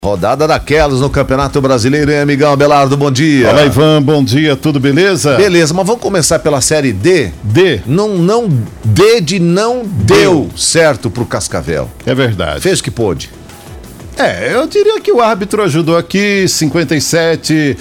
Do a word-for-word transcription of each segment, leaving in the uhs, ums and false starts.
Rodada daquelas no Campeonato Brasileiro, hein, amigão? Belardo, bom dia. Fala, Ivan, bom dia, tudo beleza? Beleza, mas vamos começar pela Série D? D. Não, não, D de não deu certo pro Cascavel. É verdade. Fez o que pôde. É, eu diria que o árbitro ajudou aqui, cinquenta e sete,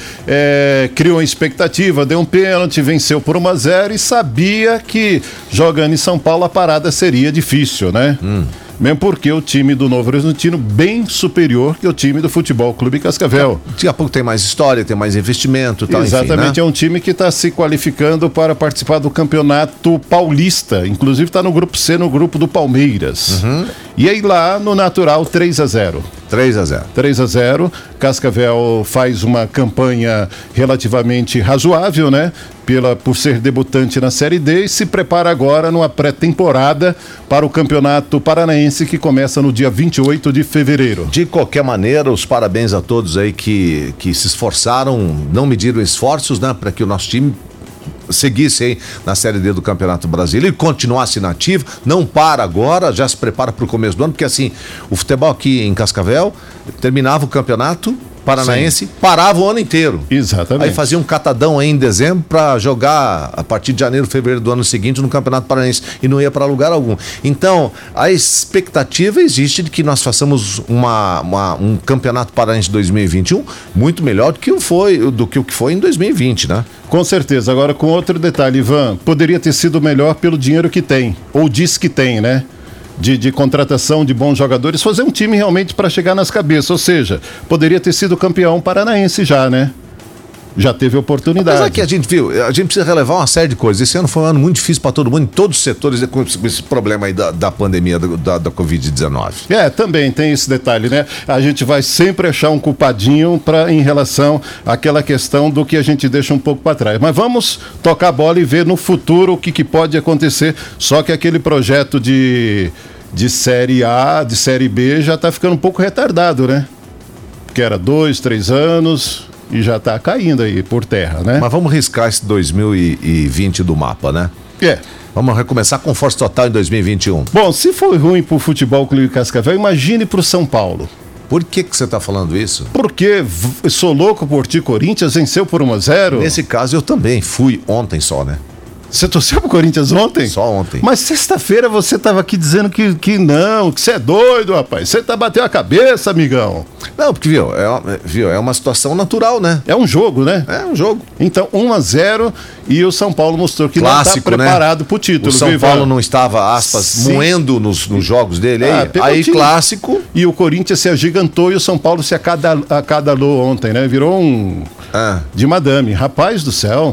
é, criou uma expectativa, deu um pênalti, venceu por um a zero e sabia que jogando em São Paulo a parada seria difícil, né? Hum. Mesmo porque o time do Novo Horizontino bem superior que o time do Futebol Clube Cascavel. Daqui a pouco tem mais história, tem mais investimento, tal, Exatamente, enfim, né? É um time que está se qualificando para participar do Campeonato Paulista. Inclusive está no grupo C, no grupo do Palmeiras. Uhum. E aí lá no natural três a zero. três a zero. três a zero. Cascavel faz uma campanha relativamente razoável, né? Pela, por ser debutante na Série D e se prepara agora numa pré-temporada para o Campeonato Paranaense que começa no dia vinte e oito de fevereiro. De qualquer maneira, os parabéns a todos aí que, que se esforçaram, não mediram esforços, né? Para que o nosso time seguisse aí na Série D do Campeonato Brasileiro e continuasse inativo, não para agora, já se prepara para o começo do ano, porque assim, o futebol aqui em Cascavel terminava o campeonato paranaense, Sim. parava o ano inteiro. Exatamente. Aí fazia um catadão aí em dezembro para jogar a partir de janeiro, fevereiro do ano seguinte no Campeonato Paranaense e não ia para lugar algum. Então, a expectativa existe de que nós façamos uma, uma, um Campeonato Paranaense dois mil e vinte e um muito melhor do que, o foi, do que o que foi em dois mil e vinte, né? Com certeza. Agora, com outro detalhe, Ivan, poderia ter sido melhor pelo dinheiro que tem, ou diz que tem, né? De, de contratação de bons jogadores, fazer um time realmente para chegar nas cabeças, ou seja, poderia ter sido campeão paranaense já, né? Já teve oportunidade. Mas é que a gente viu, a gente precisa relevar uma série de coisas. Esse ano foi um ano muito difícil para todo mundo, em todos os setores, com esse problema aí da, da pandemia da, da covid dezenove. É, também tem esse detalhe, né? A gente vai sempre achar um culpadinho pra, em relação àquela questão do que a gente deixa um pouco para trás. Mas vamos tocar a bola e ver no futuro o que, que pode acontecer. Só que aquele projeto de, de Série A, de Série B, já tá ficando um pouco retardado, né? Porque era dois, três anos... E já está caindo aí por terra, né? Mas vamos riscar esse dois mil e vinte do mapa, né? É. Vamos recomeçar com força total em dois mil e vinte e um. Bom, se foi ruim pro Futebol Clube Cascavel, imagine pro São Paulo. Por que que você está falando isso? Porque sou louco por ti, Corinthians venceu por um a zero. Nesse caso eu também fui ontem só, né? Você torceu pro Corinthians ontem? Só ontem. Mas sexta-feira você tava aqui dizendo que, que não, que você é doido, rapaz. Você tá batendo a cabeça, amigão. Não, porque, viu, é uma, viu, é uma situação natural, né? É um jogo, né? É um jogo. Então, um a zero e o São Paulo mostrou que Clássico, não tá preparado, né? Pro título. O São viu, Paulo não estava, aspas, Sim. moendo nos, nos jogos dele aí. Ah, aí, clássico. E o Corinthians se agigantou e o São Paulo se acada, acadalou ontem, né? Virou um... Ah. De madame. Rapaz do céu.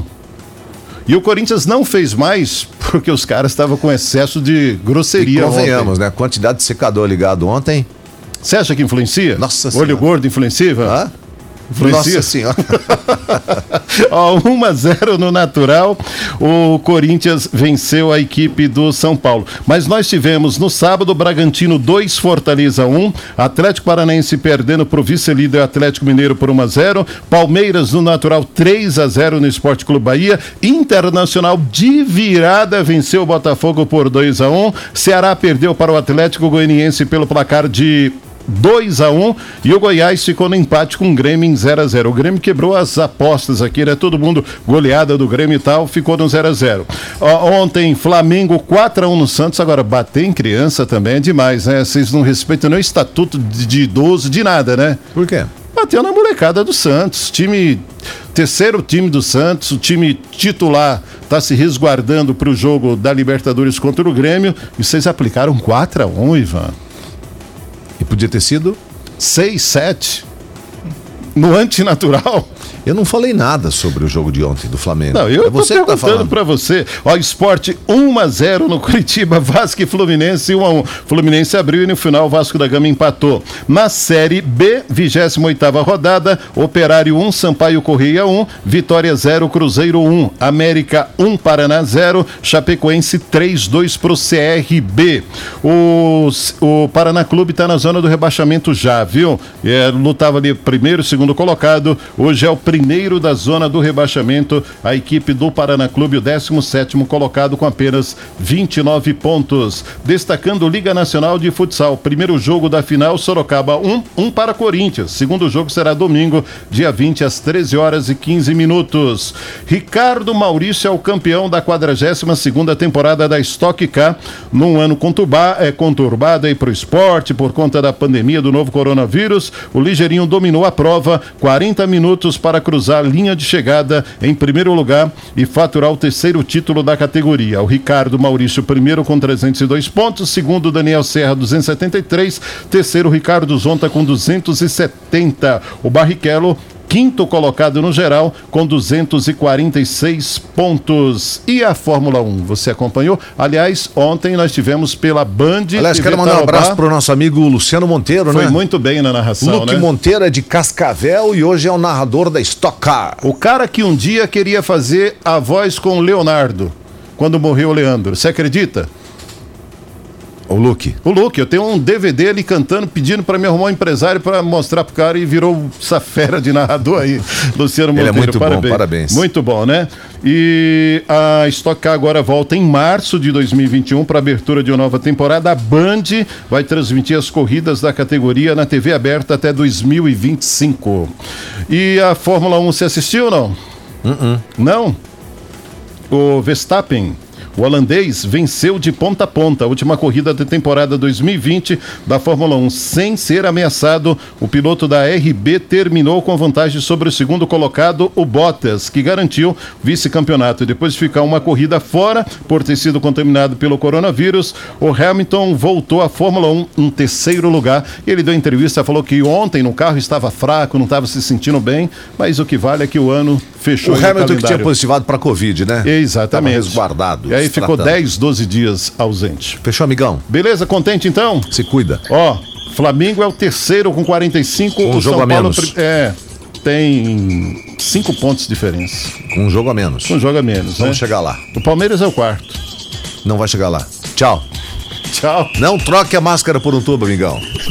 E o Corinthians não fez mais porque os caras estavam com excesso de grosseria. E convenhamos, ontem. né? Quantidade de secador ligado ontem. Você acha que influencia? Nossa Senhora. Olho gordo influencia? Hã? Influencia? Nossa Senhora. Ó, um a zero no natural, o Corinthians venceu a equipe do São Paulo. Mas nós tivemos no sábado Bragantino dois, Fortaleza um, Atlético Paranaense perdendo para o vice-líder Atlético Mineiro por um a zero, Palmeiras no natural três a zero no Sport Clube Bahia, Internacional de virada venceu o Botafogo por dois a um, Ceará perdeu para o Atlético Goianiense pelo placar de dois a um e o Goiás ficou no empate com o Grêmio em zero a zero. O Grêmio quebrou as apostas aqui, né? Todo mundo goleada do Grêmio e tal, ficou no zero a zero. Ó, ontem, Flamengo quatro a um no Santos. Agora, bater em criança também é demais, né? Vocês não respeitam nem o estatuto de, de idoso, de nada, né? Por quê? Bateu na molecada do Santos. Time, terceiro time do Santos, o time titular está se resguardando para o jogo da Libertadores contra o Grêmio e vocês aplicaram quatro a um, Ivan. E podia ter sido? seis, sete. No antinatural. Eu não falei nada sobre o jogo de ontem do Flamengo. Não, eu é você tô que tá perguntando falando. pra você. Ó, Sport um a zero no Curitiba, Vasco e Fluminense um a um. Fluminense abriu e no final o Vasco da Gama empatou. Na Série B, vigésima oitava rodada, Operário um, Sampaio Correia um, Vitória zero, Cruzeiro um, América um, Paraná zero, Chapecoense três a dois pro C R B. O, o Paraná Clube tá na zona do rebaixamento já, viu? É, lutava ali primeiro, segundo segundo colocado. Hoje é o primeiro da zona do rebaixamento, a equipe do Paraná Clube, o décimo sétimo colocado com apenas vinte e nove pontos. Destacando Liga Nacional de Futsal, primeiro jogo da final, Sorocaba um, um para Corinthians. Segundo jogo será domingo, dia vinte, às treze horas e quinze minutos. Ricardo Maurício é o campeão da quadragésima segunda temporada da Stock Car, num ano conturba, é, conturbado aí para o esporte por conta da pandemia do novo coronavírus. O ligeirinho dominou a prova, quarenta minutos para cruzar a linha de chegada em primeiro lugar e faturar o terceiro título da categoria. O Ricardo Maurício primeiro com trezentos e dois pontos, segundo Daniel Serra duzentos e setenta e três, terceiro Ricardo Zonta com duzentos e setenta. O Barrichello quinto colocado no geral com duzentos e quarenta e seis pontos. E a Fórmula um, você acompanhou? Aliás, ontem nós tivemos pela Band. Aliás, quero mandar um abraço para o nosso amigo Luciano Monteiro, Foi né? Foi muito bem na narração, Luque né? Monteiro é de Cascavel e hoje é o narrador da Stock Car. O cara que um dia queria fazer a voz com o Leonardo, quando morreu o Leandro. Você acredita? O Luque. O Luque, eu tenho um D V D ali cantando, pedindo para me arrumar um empresário para mostrar pro cara e virou essa fera de narrador aí, Luciano Monteiro. Ele é muito parabéns. bom, parabéns. Muito bom, né? E a Stock Car agora volta em março de dois mil e vinte e um para abertura de uma nova temporada. A Band vai transmitir as corridas da categoria na T V aberta até dois mil e vinte e cinco. E a Fórmula um, você assistiu ou não? Uh-uh. Não? O Verstappen, o holandês, venceu de ponta a ponta a última corrida da temporada dois mil e vinte da Fórmula um. Sem ser ameaçado, o piloto da R B terminou com vantagem sobre o segundo colocado, o Bottas, que garantiu vice-campeonato. E depois de ficar uma corrida fora por ter sido contaminado pelo coronavírus, o Hamilton voltou à Fórmula um em terceiro lugar. Ele deu entrevista, falou que ontem no carro estava fraco, não estava se sentindo bem, mas o que vale é que o ano fechou. O Hamilton que tinha positivado para Covid, né? Exatamente. Tava resguardado. E aí ficou dez, doze dias ausente. Fechou, amigão? Beleza, contente então? Se cuida. Ó, Flamengo é o terceiro com quarenta e cinco. Um o jogo São a Paulo menos. É, tem cinco pontos de diferença. Com um jogo a menos. Um jogo a menos, Vamos né? chegar lá. O Palmeiras é o quarto. Não vai chegar lá. Tchau. Tchau. Não troque a máscara por um tubo, amigão.